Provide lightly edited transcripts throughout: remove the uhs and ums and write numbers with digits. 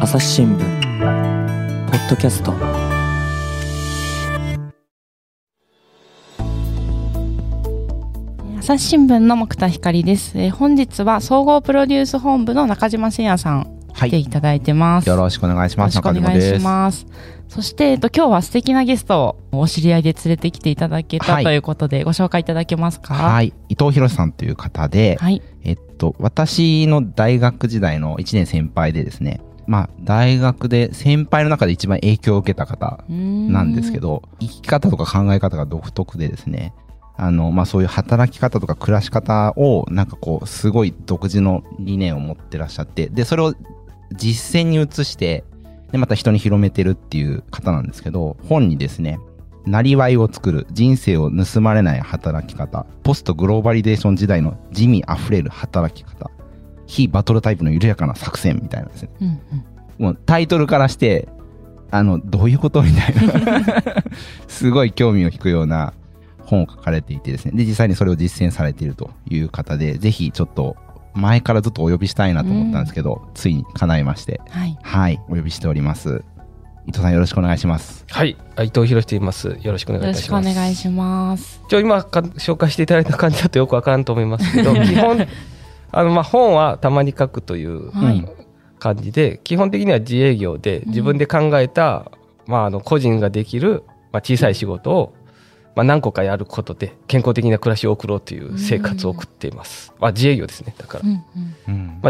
朝日新聞ポッドキャスト。 朝日新聞の木田光です。本日は総合プロデュース本部の中島誠也さん来ていただいてます。 よろしくお願いします。 よろしくお願いします。そして、今日は素敵なゲストをお知り合いで連れてきていただけた、ということでご紹介いただけますか？ はい、伊藤博さんという方で、 はい、 私の大学時代の1年先輩でですね、大学で先輩の中で一番影響を受けた方なんですけど、生き方とか考え方が独特でですね、そういう働き方とか暮らし方をすごい独自の理念を持ってらっしゃって、でそれを実践に移してでまた人に広めてるっていう方なんですけど、本にですね、なりわいを作る人生を盗まれない働き方、ポストグローバリゼーション時代の地味あふれる働き方、非バトルタイプの緩やかな作戦みたいなですね、もうタイトルからしてどういうことみたいなすごい興味を引くような本を書かれていてですね、で実際にそれを実践されているという方で、ぜひちょっと前からずっとお呼びしたいなと思ったんですけど、ついに叶いまして、はい、お呼びしております。伊藤さん、よろしくお願いします。 はい、伊藤博と言います。よろしくお願いいたします。 よろしくお願いします。 今紹介していただいた感じだとよくわからんと思いますけど基本本はたまに書くという感じで、基本的には自営業で自分で考えた、個人ができる、小さい仕事を何個かやることで健康的な暮らしを送ろうという生活を送っています。自営業ですね。だから、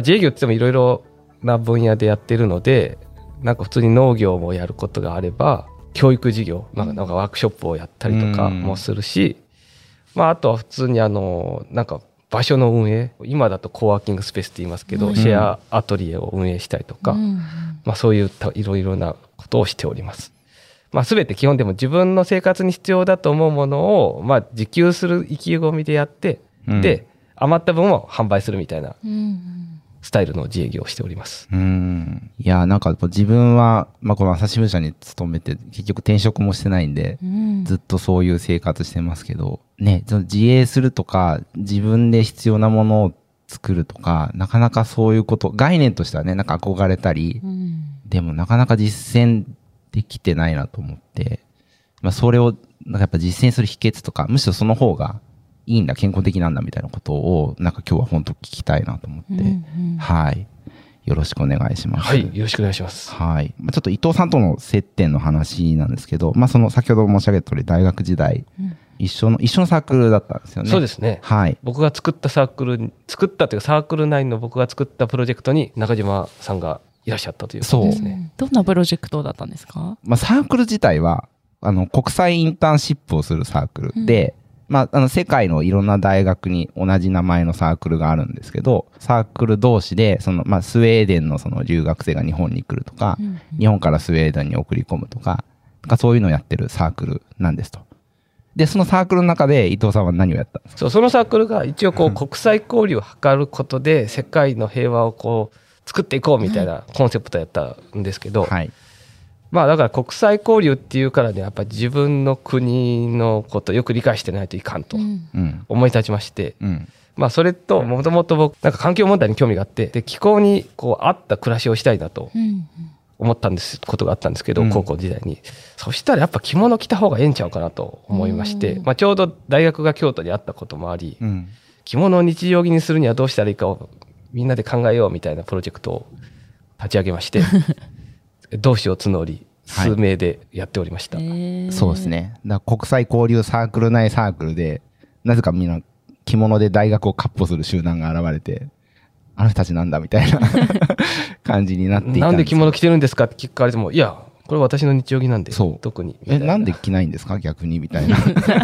自営業って言ってもいろいろな分野でやってるので、普通に農業もやることがあれば、教育事業、ワークショップをやったりとかもするし、あとは普通に場所の運営、今だとコワーキングスペースって言いますけど、シェアアトリエを運営したりとか、そういういろいろなことをしております。全て基本でも自分の生活に必要だと思うものを、自給する意気込みでやって、で余った分を販売するみたいなスタイルの自営業をしております。 いや自分は、この朝日新聞社に勤めて結局転職もしてないんで、ずっとそういう生活してますけどね、自営するとか自分で必要なものを作るとか、なかなかそういうこと概念としてはね、憧れたり、でもなかなか実践できてないなと思って、それをやっぱ実践する秘訣とか、むしろその方がいいんだ、健康的なんだみたいなことを今日は本当聞きたいなと思って、はい、よろしくお願いします。 はい、よろしくお願いします。 はい、ちょっと伊藤さんとの接点の話なんですけど、その先ほど申し上げた通り大学時代、一緒のサークルだったんですよね。 そうですね。 はい。 僕が作ったというかサークル内の僕が作ったプロジェクトに中島さんがいらっしゃったということですね。 どんなプロジェクトだったんですか？ サークル自体は国際インターンシップをするサークルで、世界のいろんな大学に同じ名前のサークルがあるんですけど、サークル同士でスウェーデンのその留学生が日本に来るとか、日本からスウェーデンに送り込むとか、そういうのをやってるサークルなんですと。でそのサークルの中で伊藤さんは何をやったんですか？ そのサークルが一応国際交流を図ることで世界の平和を作っていこうみたいなコンセプトやったんですけど、だから国際交流っていうからね、やっぱり自分の国のことをよく理解してないといかんと思い立ちまして、それともともと僕環境問題に興味があって、で気候に合った暮らしをしたいなと思ったことがあったんですけど、高校時代に。そしたらやっぱ着物着た方がええんちゃうかなと思いまして、ちょうど大学が京都にあったこともあり、着物を日常着にするにはどうしたらいいかをみんなで考えようみたいなプロジェクトを立ち上げまして同志を募り数名でやっておりました。 そうですね。国際交流サークル内サークルでなぜかみんな着物で大学を闊歩する集団が現れて、あの人たちなんだみたいな感じになっていたんです。 なんで着物着てるんですかって聞かれても、いやこれ私の日常着なんで、特になんで着ないんですか逆にみたいな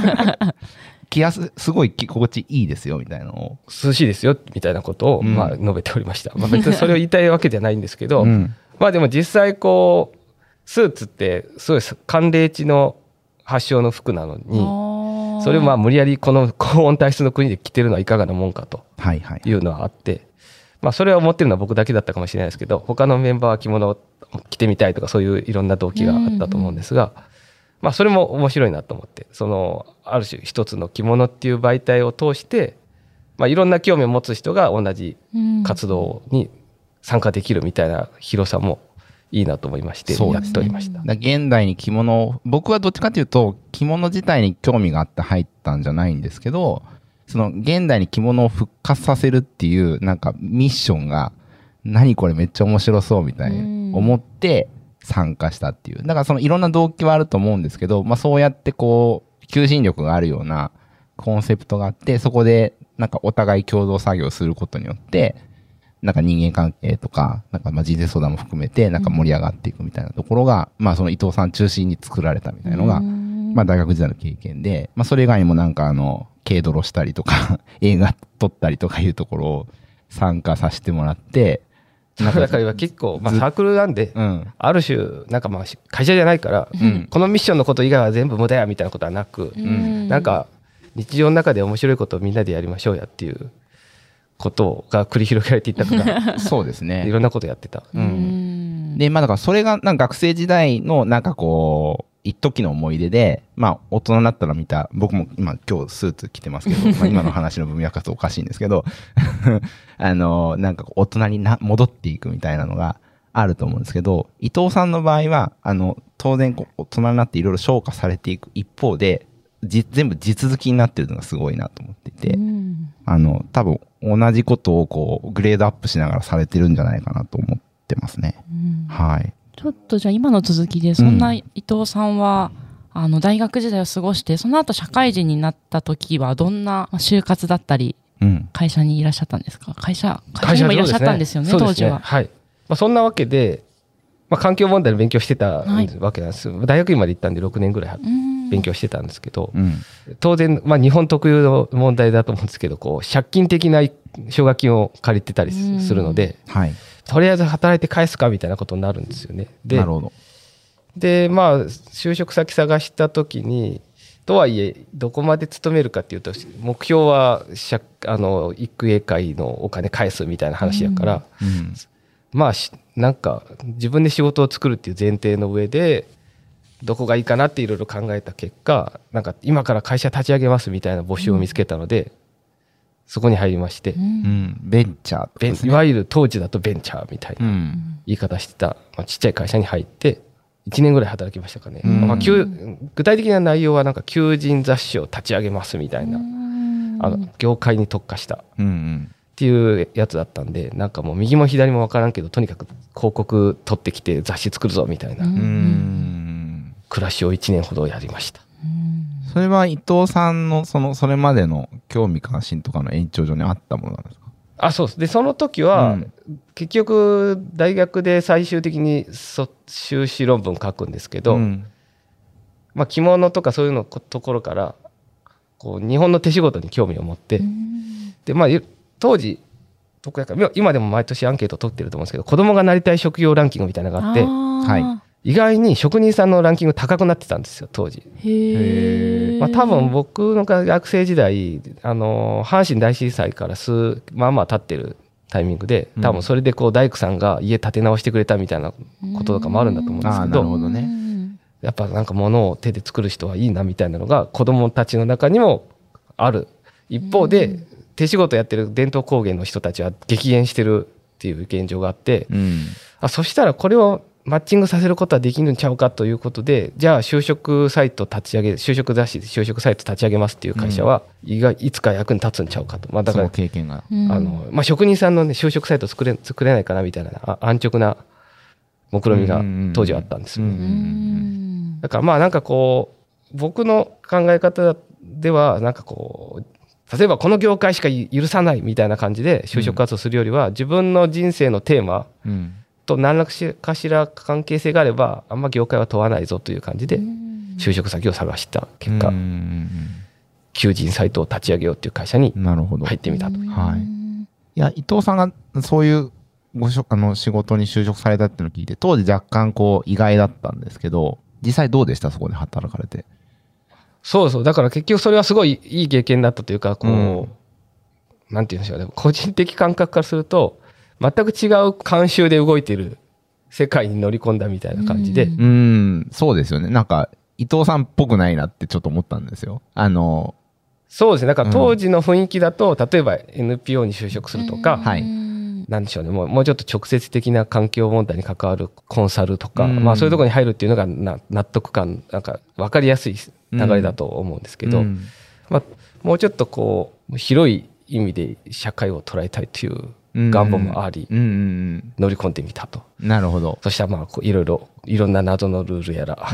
すごい着心地いいですよみたいなのを、 涼しいですよみたいなことを述べておりました。別にそれを言いたいわけじゃないんですけど、でも実際スーツってすごい寒冷地の発祥の服なのに、それを無理やりこの高温体質の国で着てるのはいかがなもんかというのはあって、それは思ってるのは僕だけだったかもしれないですけど、他のメンバーは着物を着てみたいとかそういういろんな動機があったと思うんですが、それも面白いなと思って、ある種一つの着物っていう媒体を通して、いろんな興味を持つ人が同じ活動に参加できるみたいな広さもいいなと思いましてそうやっておりました。 現代に着物を、僕はどっちかというと着物自体に興味があって入ったんじゃないんですけど、その現代に着物を復活させるっていうなんかミッションが、何これめっちゃ面白そうみたいに思って参加したっていう。だからそのいろんな動機はあると思うんですけど、まあそうやってこう求心力があるようなコンセプトがあって、そこでなんかお互い共同作業することによってなんか人間関係とかなんかまあ人生相談も含めてなんか盛り上がっていくみたいなところが、まあその伊藤さん中心に作られたみたいなのが、まあ大学時代の経験で、まあそれ以外にもなんか軽泥したりとか映画撮ったりとかいうところを参加させてもらって、 だから結構、まあ、サークルなんで、ある種なんかまあ会社じゃないから、このミッションのこと以外は全部無駄やみたいなことはなく、なんか日常の中で面白いことをみんなでやりましょうやっていうことが繰り広げられていったからそうですね、 いろんなことやってた。 でまあだからそれがなんか学生時代のなんかこう一時の思い出で、まあ大人になったら見た、僕も今日スーツ着てますけど、まあ今の話の文脈だとおかしいんですけど、なんか大人に戻っていくみたいなのがあると思うんですけど、伊藤さんの場合は、当然大人になっていろいろ昇華されていく一方で、全部地続きになってるのがすごいなと思っていて、多分同じことをこうグレードアップしながらされてるんじゃないかなと思ってますね。はい。 ちょっとじゃあ今の続きで、そんな伊藤さんは、大学時代を過ごして、その後社会人になった時はどんな就活だったり、会社にいらっしゃったんですか？会社にもいらっしゃったんですよね、当時は。 はい。まあ、そんなわけで、まあ、環境問題の勉強してたわけなんです。大学院まで行ったんで6年ぐらい勉強してたんですけど、当然、まあ、日本特有の問題だと思うんですけど、こう借金的な奨学金を借りてたりするので、とりあえず働いて返すかみたいなことになるんですよね。 なるほど。 でまあ就職先探した時に、とはいえどこまで勤めるかっていうと、目標は育英会のお金返すみたいな話やから、まあなんか自分で仕事を作るっていう前提の上でどこがいいかなっていろいろ考えた結果、なんか今から会社立ち上げますみたいな募集を見つけたので、そこに入りまして、 ベンチャーですね、 いわゆる当時だとベンチャーみたいな言い方してた、まあ、ちっちゃい会社に入って1年ぐらい働きましたかね。まあ、具体的な内容はなんか求人雑誌を立ち上げますみたいな、業界に特化したっていうやつだったんで、なんかもう右も左も分からんけど、とにかく広告取ってきて雑誌作るぞみたいな暮らしを1年ほどやりました。 それは伊藤さんのそれまでの興味関心とかの延長上にあったものなんですか？ そうです。でその時は、結局大学で最終的に修士論文書くんですけど、まあ、着物とかそういうのところからこう日本の手仕事に興味を持って、でまあ当時どこやか今でも毎年アンケート取ってると思うんですけど、子供がなりたい職業ランキングみたいなのがあって、意外に職人さんのランキング高くなってたんですよ当時。まあ、多分僕の学生時代阪神大震災からまあまあ経ってるタイミングで、多分それでこう大工さんが家建て直してくれたみたいなこととかもあるんだと思うんですけど、 なるほどね。 やっぱなんか物を手で作る人はいいなみたいなのが子供たちの中にもある一方で、手仕事やってる伝統工芸の人たちは激減してるっていう現状があって、そしたらこれをマッチングさせることはできるんちゃうかということで、じゃあ就職サイト立ち上げ、就職雑誌で就職サイト立ち上げますっていう会社はいつか役に立つんちゃうかと。まあ、だからその経験がまあ、職人さんの、ね、就職サイト作れないかなみたいな安直な目論見が当時はあったんですよね。だからまあなんかこう僕の考え方ではなんかこう、例えばこの業界しか許さないみたいな感じで就職活動するよりは、自分の人生のテーマと何らかしら関係性があればあんま業界は問わないぞという感じで就職先を探した結果、求人サイトを立ち上げようっていう会社に入ってみたと。 いや伊藤さんがそういう仕事に就職されたっていうのを聞いて、当時若干こう意外だったんですけど、実際どうでした？そこで働かれて。 そうだから結局それはすごいいい経験だったというか、こう、なんて言うんでしょうね、個人的感覚からすると全く違う慣習で動いている世界に乗り込んだみたいな感じで、 そうですよね。なんか伊藤さんっぽくないなってちょっと思ったんですよ。そうですね。だから当時の雰囲気だと、例えば NPO に就職するとか、 なんでしょうね、もうちょっと直接的な環境問題に関わるコンサルとか、まあそういうところに入るっていうのが納得感、なんか分かりやすい流れだと思うんですけど、まあもうちょっとこう広い意味で社会を捉えたいという願望もあり、乗り込んでみたと。 なるほど。 そしたらまあいろんな謎のルールやら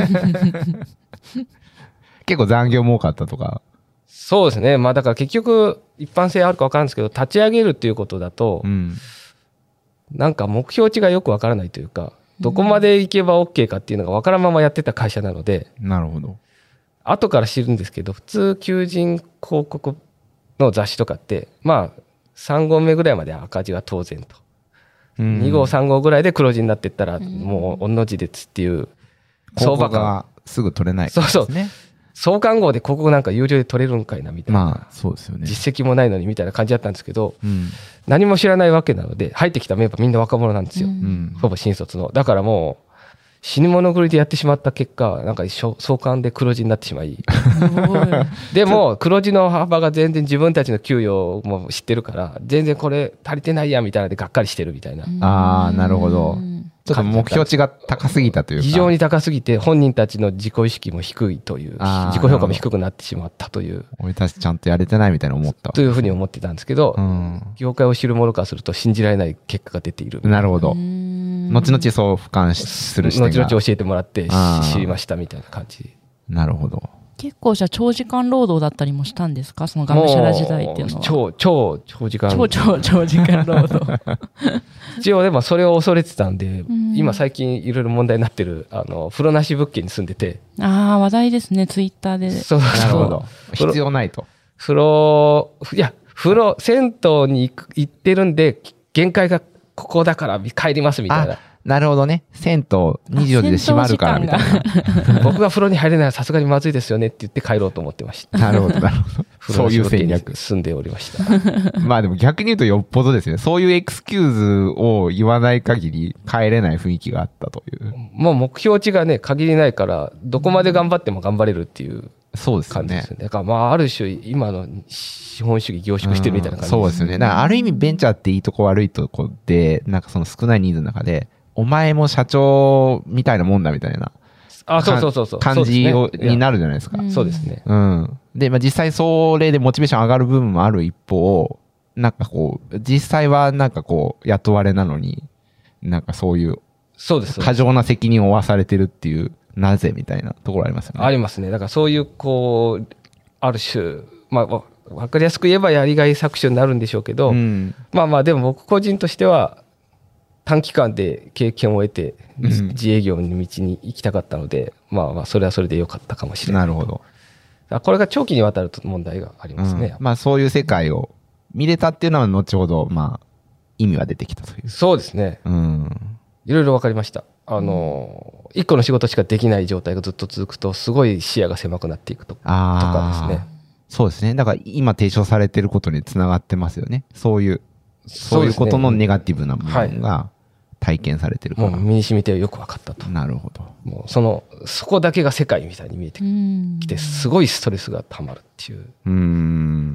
結構残業も多かったとか。 そうですね。まあだから結局一般性あるか分からんですけど、立ち上げるっていうことだと、なんか目標値がよく分からないというか、どこまで行けば OK かっていうのが分からんままやってた会社なので、 なるほど。 後から知るんですけど、普通求人広告の雑誌とかってまあ3号目ぐらいまで赤字は当然と、2号3号ぐらいで黒字になっていったらもう御の字ですっていう相場がすぐ取れないですね。 そうそう、創刊号で広告なんか有料で取れるんかいなみたいな、 まあそうですよね、 実績もないのにみたいな感じだったんですけど、何も知らないわけなので、入ってきたメンバーみんな若者なんですよ、ほぼ新卒の。だからもう死に物狂いでやってしまった結果、なんか創刊で黒字になってしまいでも黒字の幅が全然自分たちの給与も知ってるから、全然これ足りてないやみたいなのでがっかりしてるみたいな。 ああ、なるほど。ちょっと目標値が高すぎたというか、 非常に高すぎて本人たちの自己意識も低いという、自己評価も低くなってしまったという、 俺たちちゃんとやれてないみたいな思ったというふうに思ってたんですけど、業界を知る者からすると信じられない結果が出ている。 なるほど。後々そう俯瞰する視点が後々教えてもらって知りましたみたいな感じ。 なるほど。 結構じゃあ長時間労働だったりもしたんですか、そのがむしゃら時代っていうのは。 超時間長時間労働一応でもそれを恐れてたんで、今最近いろいろ問題になってる風呂なし物件に住んでて。 ああ、話題ですね、ツイッターで。 そう。 なるほど。必要ないと。 風呂銭湯に行ってるんで限界がここだから帰りますみたいな。 なるほどね。銭湯24時で閉まるからみたいな。 僕が風呂に入れないらさすがにまずいですよねって言って帰ろうと思ってました。 なるほど、なるほど。そういう戦略。 住んでおりました。 まあでも逆に言うとよっぽどですね。そういうエクスキューズを言わない限り帰れない雰囲気があったという。 もう目標値がね、限りないから、どこまで頑張っても頑張れるっていう感じですね。だからまあある種今の資本主義凝縮してるみたいな感じです。 そうですよね。だからある意味ベンチャーっていいとこ悪いとこで、なんかその少ないニーズの中で、お前も社長みたいなもんだみたいな感じになるじゃないですか。 そうですね。 で、まあ、実際それでモチベーション上がる部分もある一方、なんかこう実際はなんかこう雇われなのに、なんかそういう過剰な責任を負わされてるっていう、なぜみたいなところありますよね。 ありますね。だからそういうこうある種、まあ分かりやすく言えばやりがい搾取になるんでしょうけど、まあまあでも僕個人としては短期間で経験を得て自営業の道に行きたかったので、まあそれはそれで良かったかもしれない。 なるほど。 これが長期にわたると問題がありますね。 まあそういう世界を見れたっていうのは後ほどまあ意味は出てきたという。 そうですね。いろいろ分かりました。一個の仕事しかできない状態がずっと続くとすごい視野が狭くなっていくとかですね。 そうですね。だから今提唱されてることにつながってますよね。そういうことのネガティブな部分が体験されてるから、 もう身に染みてよく分かったと。 なるほど。 もうそこだけが世界みたいに見えてきて、すごいストレスがたまるっていう。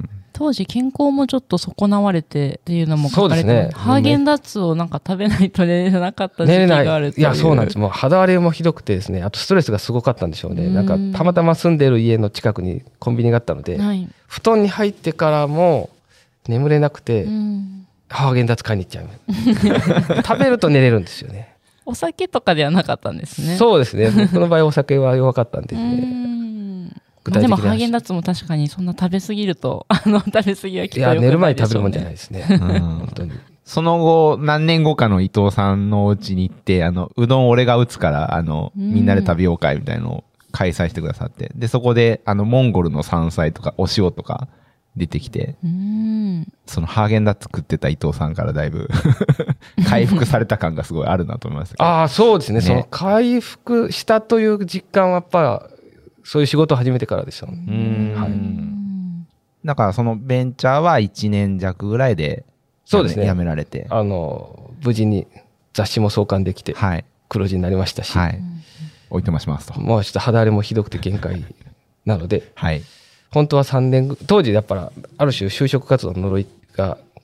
当時健康もちょっと損なわれてっていうのも書かれて、そうですね、ハーゲンダッツをなんか食べないと寝れなかった時期があるという。 いや、そうなんです。もう肌荒れもひどくてですね、あとストレスがすごかったんでしょうね。なんかたまたま住んでる家の近くにコンビニがあったので、布団に入ってからも眠れなくて、ハーゲンダッツ買いに行っちゃう。食べると寝れるんですよね。 お酒とかではなかったんですね。 そうですね。僕の場合お酒は弱かったんでね。 でもハーゲンダッツも確かにそんな食べ過ぎると食べ過ぎはきっと良くないでしょうね。いや、 寝る前に食べるもんじゃないですね。本当に。 その後何年後かの伊藤さんのお家に行って、うどん俺が打つからみんなで食べようかみたいなのを開催してくださって、でそこでモンゴルの山菜とかお塩とか出てきて、そのハーゲンダッツ食ってた伊藤さんからだいぶ回復された感がすごいあるなと思いますけど。 ああ、そうですね。その回復したという実感はやっぱそういう仕事を始めてからでした。 だからそのベンチャーは1年弱ぐらいでそうですね、 辞められて、 無事に雑誌も創刊できて、黒字になりましたし、 おいとましますと。 もうちょっと肌荒れもひどくて限界なので、本当は3年当時やっぱある種就職活動の呪いが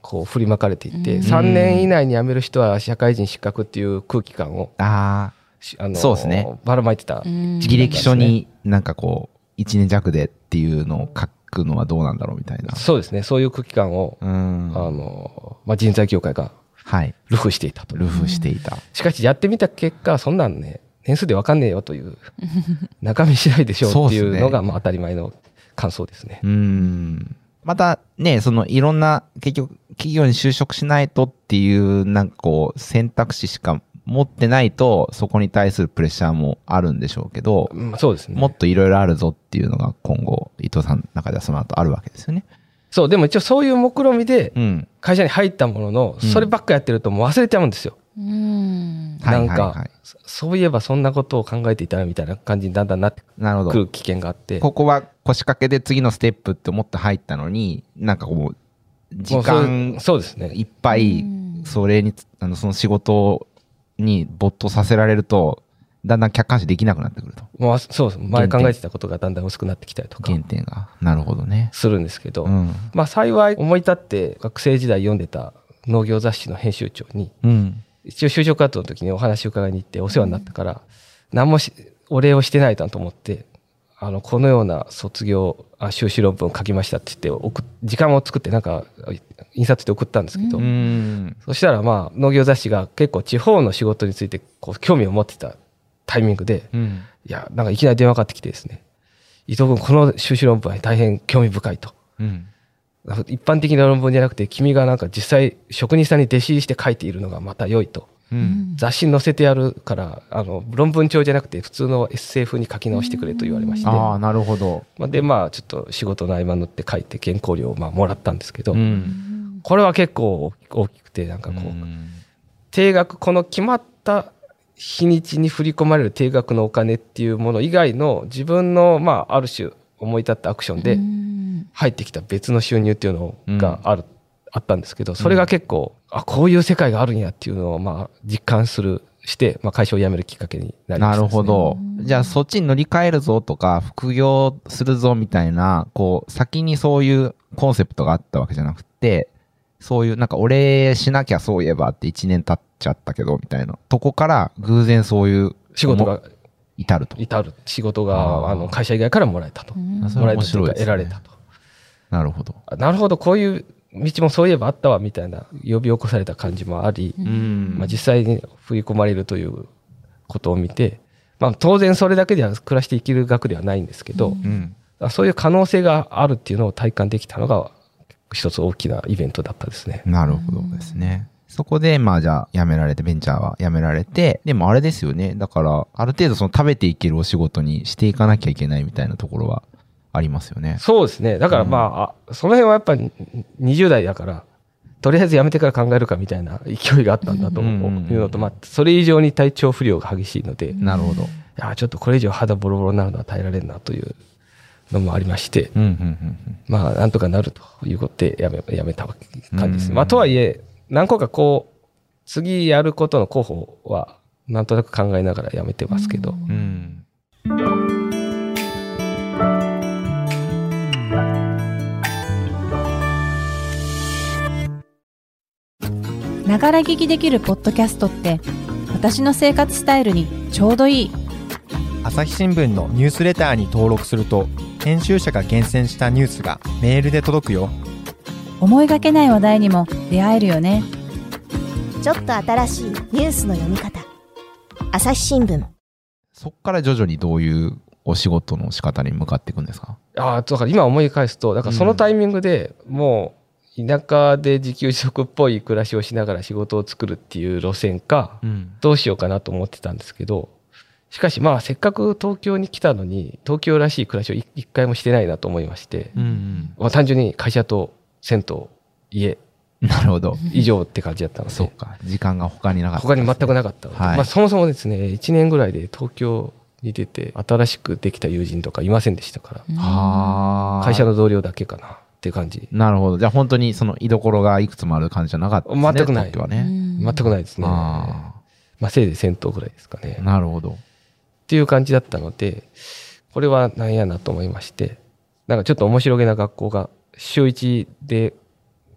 こう振りまかれていって、3年以内に辞める人は社会人失格っていう空気感をそうですね、 ばらまいてた、 履歴書になんかこう1年弱でっていうのを書くのはどうなんだろうみたいな。 そうですね、そういう空気感を人材協会がルフしていたと。 ルフしていた。 しかしやってみた結果、そんなんね年数で分かんねえよという中身次第でしょうっていうのが当たり前の感想ですね。 またね、そのいろんな結局企業に就職しないとっていうなんかこう選択肢しか持ってないと、そこに対するプレッシャーもあるんでしょうけど、 そうですね、 もっといろいろあるぞっていうのが今後伊藤さんの中ではその後あるわけですよね。 そう、でも一応そういう目論見で会社に入ったものの、そればっかやってるともう忘れちゃうんですよ。なんかそういえばそんなことを考えていたらみたいな感じにだんだんなってくる危険があって、ここは腰掛けで次のステップって思って入ったのに、なんかこう時間いっぱいそれにその仕事に没頭させられると、だんだん客観視できなくなってくると。 そうです。前考えてたことがだんだん薄くなってきたりとか。 原点が。なるほどね。 するんですけど、幸い思い立って学生時代読んでた農業雑誌の編集長に、一応就職活動の時にお話を伺いに行ってお世話になったから、何もお礼をしてないと思って、このような修士論文を書きましたって言って時間を作ってなんか印刷して送ったんですけど、そしたら農業雑誌が結構地方の仕事についてこう興味を持ってたタイミングで、いやなんかいきなり電話かかってきてですね、伊藤君この修士論文は大変興味深いと、一般的な論文じゃなくて君がなんか実際職人さんに弟子入りして書いているのがまた良いと、雑誌に載せてやるから論文帳じゃなくて普通のエッセイ風に書き直してくれと言われまして、 なるほど。 でちょっと仕事の合間に乗って書いて原稿料をもらったんですけど、これは結構大きくて、なんかこう定額、この決まった日にちに振り込まれる定額のお金っていうもの以外の自分のある種思い立ったアクションで入ってきた別の収入っていうのがあったんですけど、それが結構こういう世界があるんやっていうのを実感して、会社を辞めるきっかけになりましたね。なるほど。 じゃあそっちに乗り換えるぞとか副業するぞみたいな、こう先にそういうコンセプトがあったわけじゃなくて、そういうなんかお礼しなきゃそういえばって1年経っちゃったけどみたいなとこから偶然そういう仕事が至る仕事が会社以外からもらえたと、もらえたというか得られたと。 なるほど。 なるほど、こういう道もそういえばあったわみたいな呼び起こされた感じもあり、実際に振り込まれるということを見て、当然それだけでは暮らして生きる額ではないんですけど、そういう可能性があるっていうのを体感できたのが一つ大きなイベントだったですね。 なるほどですね。そこでじゃあ辞められて、ベンチャーは辞められて、でもあれですよね、だからある程度その食べていけるお仕事にしていかなきゃいけないみたいなところはありますよね。 そうですね。だからその辺はやっぱり20代だからとりあえず辞めてから考えるかみたいな勢いがあったんだというのと、それ以上に体調不良が激しいので、 なるほど。 ちょっとこれ以上肌ボロボロになるのは耐えられんなというのもありまして、なんとかなるということでやめた感じです。とはいえ何個か次やることの候補はなんとなく考えながらやめてますけど、 ながら聞きできるポッドキャストって私の生活スタイルにちょうどいい。 朝日新聞のニュースレターに登録すると編集者が厳選したニュースがメールで届くよ。 思いがけない話題にも出会えるよね。 ちょっと新しいニュースの読み方。朝日新聞。 そこから徐々にどういうお仕事の仕方に向かっていくんですか？ だから今思い返すと、だからそのタイミングでもう田舎で自給自足っぽい暮らしをしながら仕事を作るっていう路線か、どうしようかなと思ってたんですけど、しかしせっかく東京に来たのに東京らしい暮らしを一回もしてないなと思いまして、単純に会社と銭湯、家なるほど以上って感じだったので、 そうか、時間が他になかった、 他に全くなかったので、そもそもですね1年ぐらいで東京に出て新しくできた友人とかいませんでしたから、会社の同僚だけかなっていう感じ。 なるほど。じゃあ本当にその居所がいくつもある感じじゃなかったですね。 全くない。 はね、 全くないですね。せいぜい銭湯ぐらいですかね。 なるほど。 っていう感じだったので、これはなんやなと思いまして、なんかちょっと面白げな学校が週1で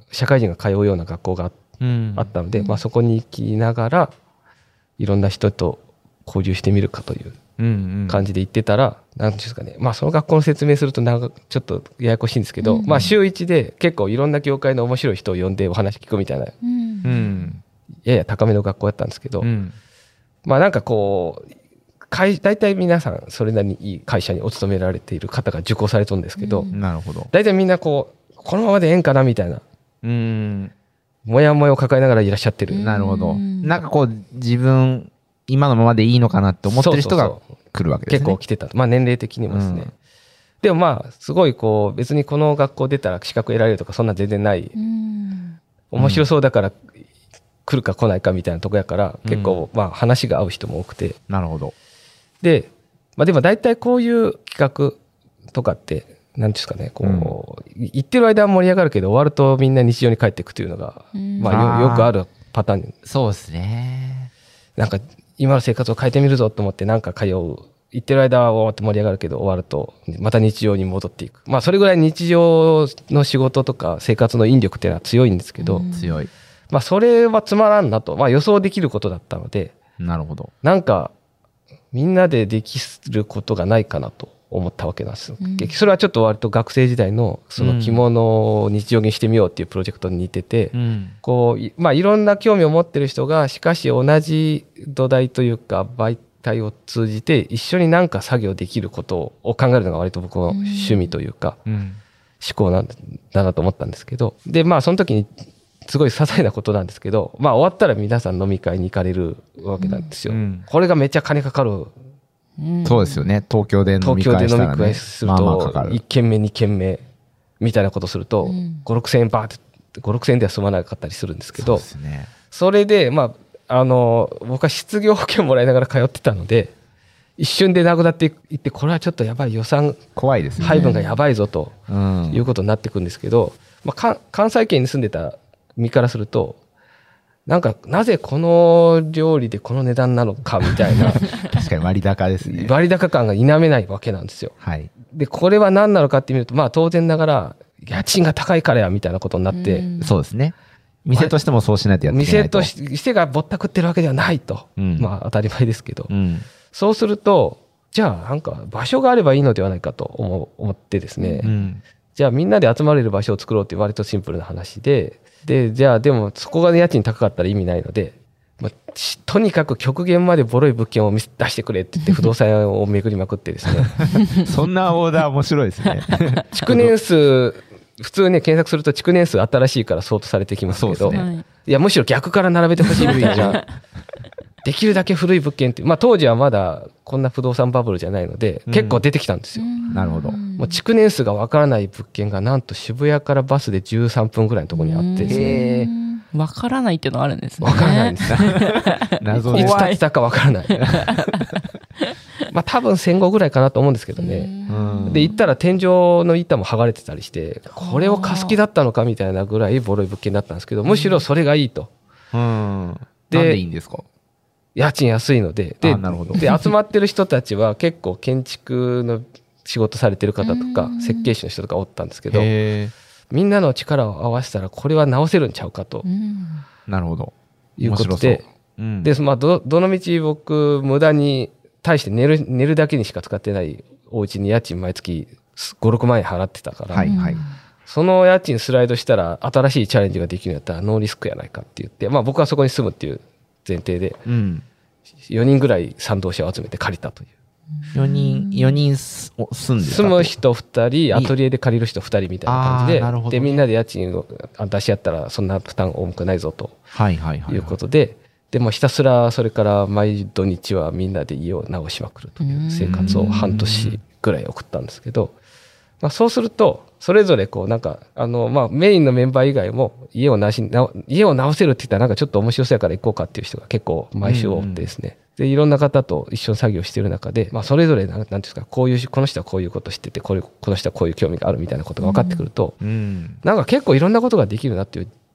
社会人が通うような学校があったので、まあ、そこに行きながらいろんな人と交流してみるかという感じで行ってたら、なんていうんですかね、まあ、その学校の説明するとちょっとややこしいんですけど、まあ、週1で結構いろんな業界の面白い人を呼んでお話聞くみたいな、やや高めの学校だったんですけど、まあなんかこう大体皆さんそれなりにいい会社にお勤められている方が受講されてるんですけど、 なるほど。 大体みんなこのままでええんかなみたいな、もやもやを抱えながらいらっしゃってる。 なるほど。なんかこう自分今のままでいいのかなって思ってる人が来るわけですね。 結構来てた。まあ年齢的にもですね。でもまあすごいこう別にこの学校出たら資格得られるとかそんな全然ない。面白そうだから来るか来ないかみたいなとこやから、結構まあ話が合う人も多くて。 なるほど。 で、まあでも大体こういう企画とかって、なんですかね、こう、行ってる間は盛り上がるけど、終わるとみんな日常に帰っていくというのが、まあよくあるパターン。 そうですね。 なんか、今の生活を変えてみるぞと思ってなんか通う。行ってる間は終わって盛り上がるけど、終わるとまた日常に戻っていく。まあそれぐらい日常の仕事とか生活の引力っていうのは強いんですけど、 強い。 まあそれはつまらんなと、まあ予想できることだったので、 なるほど。 なんか、みんなでできることがないかなと思ったわけなんです。それはちょっと割と学生時代のその着物を日常にしてみようっていうプロジェクトに似てて、こう、まあいろんな興味を持ってる人が、しかし同じ土台というか媒体を通じて一緒になんか作業できることを考えるのが割と僕の趣味というか、思考なんだなと思ったんですけど、で、まあその時にすごい些細なことなんですけど、まあ終わったら皆さん飲み会に行かれるわけなんですよ。これがめっちゃ金かかる。 そうですよね。東京で飲み会したらね。 すると、1軒目2軒目みたいなことすると、5、6千円バーって、5、6千円では済まなかったりするんですけど、それで、まあ、僕は失業保険もらいながら通ってたので、一瞬でなくなっていって、これはちょっとやばい予算怖いですね。 配分がやばいぞということになってくるんですけど、まあ、関西圏に住んでた身からすると、なんかなぜこの料理でこの値段なのかみたいな確かに割高ですね。 割高感が否めないわけなんですよ。 はい、 でこれは何なのかって見ると、まあ当然ながら家賃が高いからやみたいなことになって、 そうですね。店としてもそうしないとやっていけないと。 店がぼったくってるわけではないと、まあ当たり前ですけど、そうするとじゃあなんか場所があればいいのではないかと思ってですね、じゃあみんなで集まれる場所を作ろうっていう割とシンプルな話で、じゃあでもそこが家賃高かったら意味ないので、まあ、とにかく極限までボロい物件を出してくれって言って不動産屋を巡りまくってですねそんなオーダー面白いですね築年数普通ね検索すると築年数新しいから相当されてきますけど、いやむしろ逆から並べてほしいみたいなできるだけ古い物件って、まあ、当時はまだこんな不動産バブルじゃないので、結構出てきたんですよ。 なるほど。 もう築年数がわからない物件がなんと渋谷からバスで13分ぐらいのところにあってですね。 わからないっていうのがあるんですね。 わからないんです謎でいつ建てたかわからないまあ多分戦後ぐらいかなと思うんですけどね。で行ったら天井の板も剥がれてたりして、これを貸す気だったのかみたいなぐらいボロい物件だったんですけど、むしろそれがいいと。 なんでいいんですか？ 家賃安いので、で集まってる人たちは結構建築の仕事されてる方とか設計士の人とかおったんですけど、みんなの力を合わせたらこれは直せるんちゃうかと、 なるほどいうことで、でまあどのみち僕無駄に対して寝るだけにしか使ってないお家に家賃毎月5、6万円払ってたから、その家賃スライドしたら新しいチャレンジができるんやったらノーリスクやないかって言って、まあ僕はそこに住むっていう前提で、4人ぐらい賛同者を集めて借りたという。 4人住んでた。 住む人2人、アトリエで借りる人2人みたいな感じで、でみんなで家賃を出し合ったらそんな負担重くないぞということで、でもひたすらそれから毎土日はみんなで家を直しまくるという生活を半年ぐらい送ったんですけど、まあ、そうするとそれぞれこうなんかまあメインのメンバー以外も家を直せるって言ったらなんかちょっと面白そうやから行こうかっていう人が結構毎週多くてですね、でいろんな方と一緒に作業している中で、まあ、それぞれなんていうんですか、この人はこういうこと知っててこの人はこういう興味があるみたいなことが分かってくると、なんか結構いろんなことができるなっていう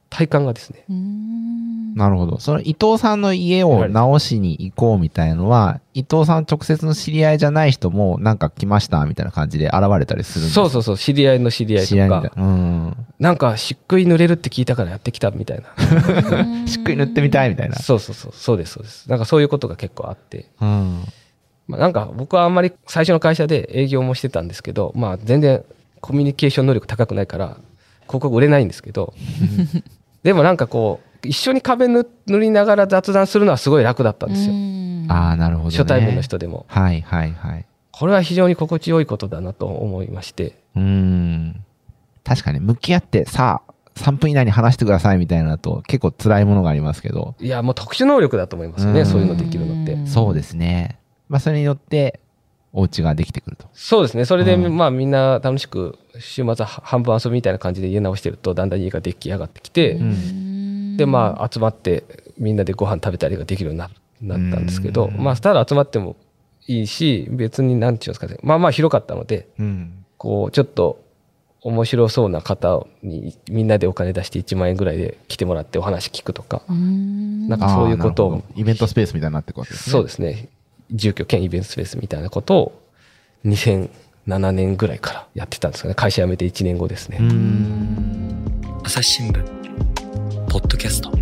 体感がですね。 なるほど。その伊藤さんの家を直しに行こうみたいのは、伊藤さん直接の知り合いじゃない人もなんか来ましたみたいな感じで現れたりするんですか？ そうそうそう、知り合いの知り合いとか、なんか漆喰塗れるって聞いたからやってきたみたいな。 漆喰塗ってみたいみたいな。 そうですそうです。なんかそういうことが結構あって。なんか僕はあんまり最初の会社で営業もしてたんですけど、全然コミュニケーション能力高くないから広告売れないんですけど、でもなんかこう一緒に壁塗りながら雑談するのはすごい楽だったんですよ。 ああ、なるほどね。 初対面の人でも。 はいはいはい。 これは非常に心地よいことだなと思いまして。 確かに向き合ってさあ3分以内に話してくださいみたいなのと結構辛いものがありますけど。 いやもう特殊能力だと思いますよね、そういうのできるのって。 そうですね。それによってお家ができてくると。そうですね。それでみんな楽しく週末は半分遊びみたいな感じで家直してるとだんだん家が出来上がってきて、で集まってみんなでご飯食べたりができるようになったんですけど、ただ集まってもいいし、別に何て言うんですかね、広かったので、こうちょっと面白そうな方にみんなでお金出して1万円ぐらいで来てもらってお話聞くとか、なんかそういうことをイベントスペースみたいになっていくわけですね。 そうですね。住居兼イベントスペースみたいなことを2007年ぐらいからやってたんですかね。会社辞めて1年後ですね。 朝日新聞ポッドキャスト。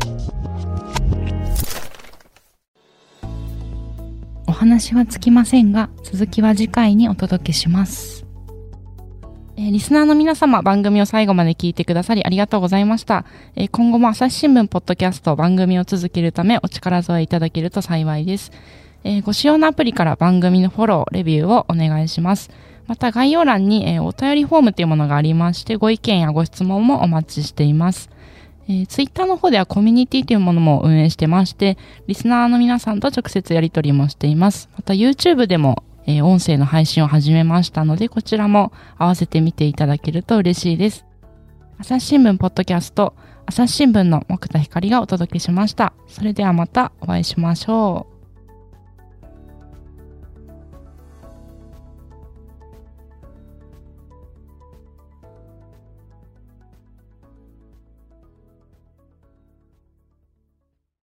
お話はつきませんが、続きは次回にお届けします。リスナーの皆様、番組を最後まで聞いてくださりありがとうございました。今後も朝日新聞ポッドキャスト番組を続けるためお力添えいただけると幸いです。ご使用のアプリから番組のフォロー、レビューをお願いします。また概要欄に、お便りフォームというものがありまして、ご意見やご質問もお待ちしています。ツイッターの方ではコミュニティというものも運営してまして、リスナーの皆さんと直接やり取りもしています。また YouTube でも、音声の配信を始めましたので、こちらも合わせて見ていただけると嬉しいです。朝日新聞ポッドキャスト、朝日新聞の木田光がお届けしました。それではまたお会いしましょう。